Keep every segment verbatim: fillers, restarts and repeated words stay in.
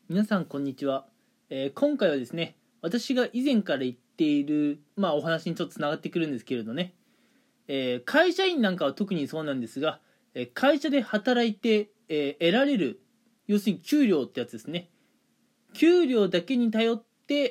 皆さんこんにちは、えー今回はですね、私が以前から言っている、まあ、お話にちょっとつながってくるんですけれどね、えー会社員なんかは特にそうなんですが、えー会社で働いて、えー得られる、要するに給料ってやつですね。給料だけに頼って、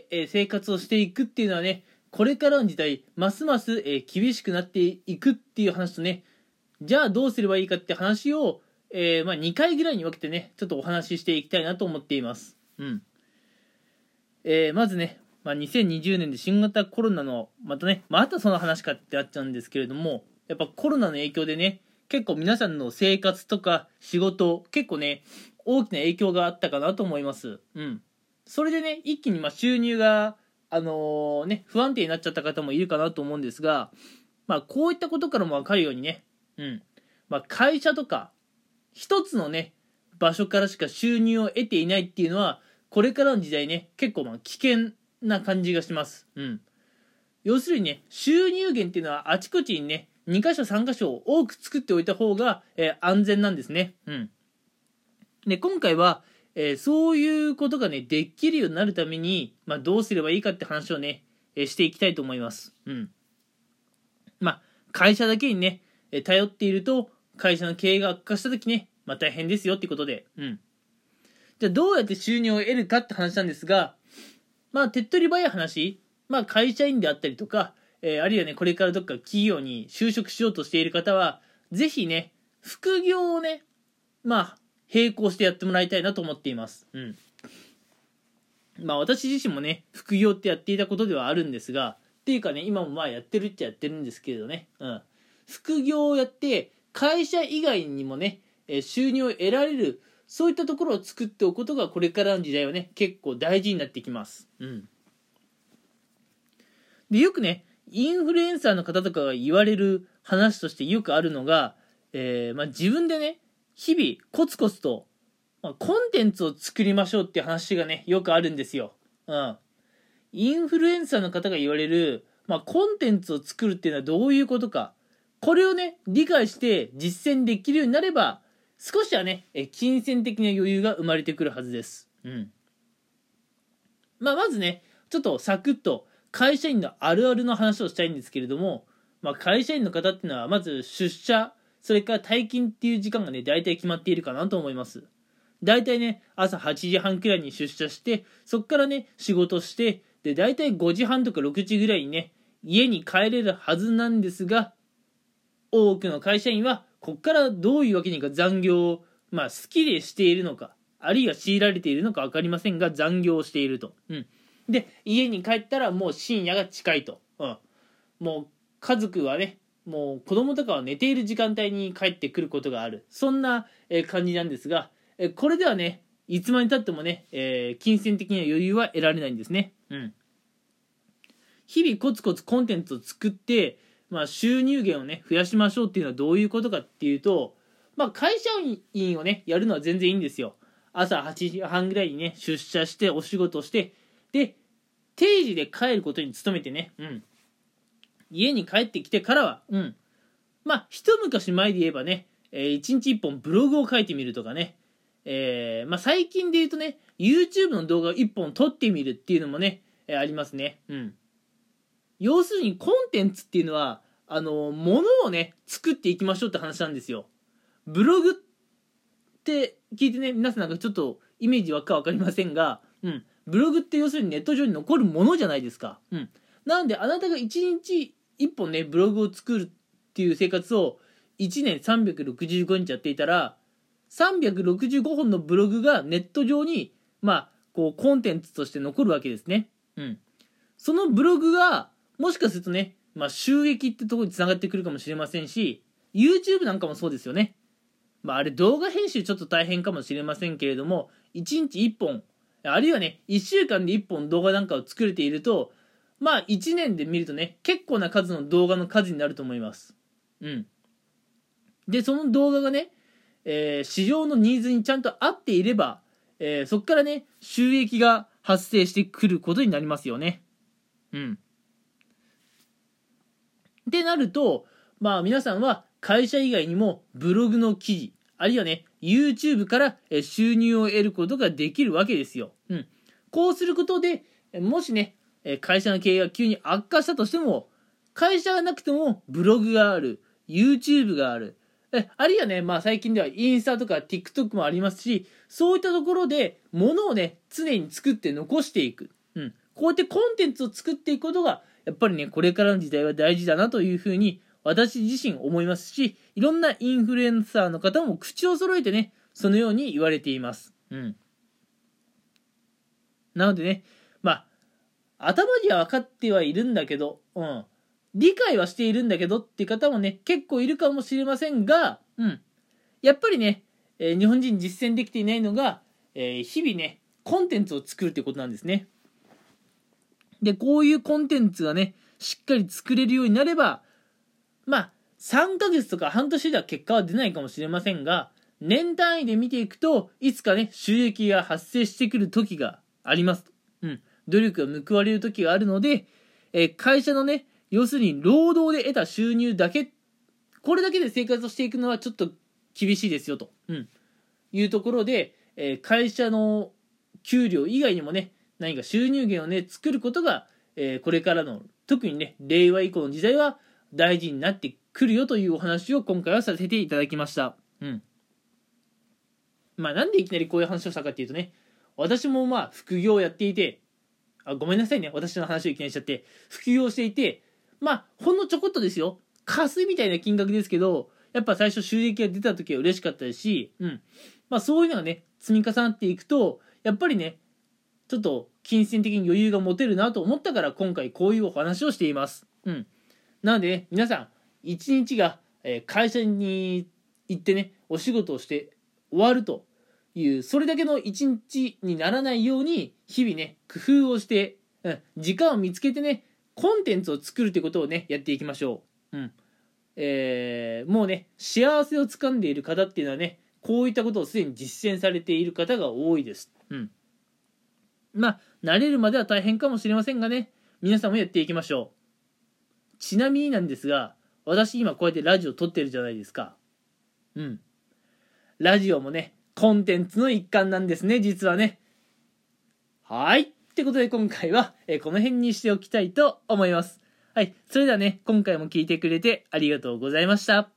えー生活をしていくっていうのはね、これからの時代ますます、えー厳しくなっていくっていう話とね、じゃあどうすればいいかって話を、えーまあ、にかいぐらいに分けてね、ちょっとお話ししていきたいなと思っています。うん。えーまずね、まあ、にせんにじゅうねんで新型コロナの、またね、またその話かってあっちゃうんですけれども、やっぱコロナの影響でね、結構皆さんの生活とか仕事、結構ね、大きな影響があったかなと思います。うん。それでね、一気にまあ収入が、あのーね、不安定になっちゃった方もいるかなと思うんですが、まあ、こういったことからもわかるようにね、うん。まあ、会社とか、一つのね、場所からしか収入を得ていないっていうのは、これからの時代ね、結構まあ危険な感じがします。うん。要するにね、収入源っていうのはあちこちにね、に箇所さん箇所多く作っておいた方が、えー安全なんですね。うん。で、今回は、えーそういうことがね、できるようになるために、まあ、どうすればいいかって話をね、えーしていきたいと思います。うん。まあ、会社だけにね、えー頼っていると、会社の経営が悪化した時ね、まあ大変ですよってことで、うん。じゃあどうやって収入を得るかって話なんですが、まあ手っ取り早い話、まあ会社員であったりとか、えーあるいはね、これからどっか企業に就職しようとしている方は、ぜひね、副業をね、まあ、並行してやってもらいたいなと思っています。うん。まあ私自身もね、副業ってやっていたことではあるんですが、っていうかね、今もまあやってるっちゃやってるんですけれどね、うん。副業をやって、会社以外にもね、えー収入を得られる、そういったところを作っておくことがこれからの時代はね、結構大事になってきます。うん。で、よくね、インフルエンサーの方とかが言われる話としてよくあるのが、えーまあ、自分でね、日々コツコツと、まあ、コンテンツを作りましょうっていう話がね、よくあるんですよ。うん。インフルエンサーの方が言われる、まあ、コンテンツを作るっていうのはどういうことか。これをね、理解して実践できるようになれば、少しはね、え金銭的な余裕が生まれてくるはずです。うん。まあ、まずね、ちょっとサクッと会社員のあるあるの話をしたいんですけれども、まあ、会社員の方っていうのは、まず出社、それから退勤っていう時間がね、大体決まっているかなと思います。大体ね、朝はちじはんくらいに出社して、そっからね、仕事して、で、大体ごじはんとかろくじぐらいにね、家に帰れるはずなんですが、多くの会社員は、こっからどういうわけにか残業を、まあ、好きでしているのか、あるいは強いられているのか分かりませんが、残業をしていると。うん。で、家に帰ったらもう深夜が近いと。うん。もう、家族はね、もう子供とかは寝ている時間帯に帰ってくることがある。そんな感じなんですが、これではね、いつまでたってもね、えー金銭的な余裕は得られないんですね。うん。日々コツコツコンテンツを作って、まあ、収入源をね、増やしましょうっていうのはどういうことかっていうと、まあ、会社員をね、やるのは全然いいんですよ。朝はちじはんぐらいにね、出社してお仕事をして、で、定時で帰ることに努めてね、うん。家に帰ってきてからは、うん。まあ、一昔前で言えばね、えー、一日一本ブログを書いてみるとかね、えー、まあ、最近で言うとね、YouTube の動画を一本撮ってみるっていうのもね、えーありますね。うん。要するにコンテンツっていうのは、あの、ものをね、作っていきましょうって話なんですよ。ブログって聞いてね、皆さんなんかちょっとイメージわかわかりませんが、うん。ブログって要するにネット上に残るものじゃないですか。うん。なので、あなたが一日一本ね、ブログを作るっていう生活をいちねんさんびゃくろくじゅうごにちやっていたら、さんびゃくろくじゅうごほんのブログがネット上に、まあ、こう、コンテンツとして残るわけですね。うん。そのブログが、もしかするとね、まあ、収益ってところに繋がってくるかもしれませんし、YouTube なんかもそうですよね。まあ、あれ動画編集ちょっと大変かもしれませんけれども、いちにちいっぽん、あるいはね、いっしゅうかんでいっぽん動画なんかを作れていると、まあ、いちねんで見るとね、結構な数の動画の数になると思います。うん。で、その動画がね、えー市場のニーズにちゃんと合っていれば、えーそこからね、収益が発生してくることになりますよね。うん。ってなると、まあ皆さんは会社以外にもブログの記事、 あるいはね、YouTube から収入を得ることができるわけですよ。うん。こうすることで、もしね、会社の経営が急に悪化したとしても、会社がなくてもブログがある、YouTube がある、えあるいはね、まあ最近ではインスタとか TikTok もありますし、そういったところで物をね、常に作って残していく。うん。こうやってコンテンツを作っていくことが、やっぱりね、これからの時代は大事だなというふうに私自身思いますし、いろんなインフルエンサーの方も口を揃えてね、そのように言われています。うん。なのでね、まあ、頭には分かってはいるんだけど、うん。理解はしているんだけどっていう方もね、結構いるかもしれませんが、うん。やっぱりね、えー日本人実践できていないのが、えー日々ね、コンテンツを作るってことなんですね。で、こういうコンテンツがね、しっかり作れるようになれば、まあ、さんかげつとか半年では結果は出ないかもしれませんが、年単位で見ていくといつかね、収益が発生してくる時があります。うん。努力が報われる時があるので、えー会社のね、要するに労働で得た収入だけ、これだけで生活をしていくのはちょっと厳しいですよと、うん、いうところで、えー会社の給料以外にもね、何か収入源をね、作ることが、えーこれからの、特にね、令和以降の時代は大事になってくるよというお話を今回はさせていただきました。うん。まあなんでいきなりこういう話をしたかっていうとね、私もまあ副業をやっていて、あ、ごめんなさいね、私の話をいきなりしちゃって、副業をしていて、まあほんのちょこっとですよ、貸すみたいな金額ですけど、やっぱ最初収益が出た時は嬉しかったですし、うん。まあそういうのがね、積み重なっていくと、やっぱりね、ちょっと金銭的に余裕が持てるなと思ったから今回こういうお話をしています。うん。なのでね、皆さん、一日がえー会社に行ってね、お仕事をして終わるという、それだけの一日にならないように、日々ね、工夫をして、うん、時間を見つけてね、コンテンツを作るってことをね、やっていきましょう。うん。えーもうね、幸せをつかんでいる方っていうのはね、こういったことをすでに実践されている方が多いです。うん。まあ、慣れるまでは大変かもしれませんがね、皆さんもやっていきましょう。ちなみになんですが、私今こうやってラジオ撮ってるじゃないですか。うん。ラジオもね、コンテンツの一環なんですね、実はね。はい。ってことで今回は、えーこの辺にしておきたいと思います。はい。それではね、今回も聞いてくれてありがとうございました。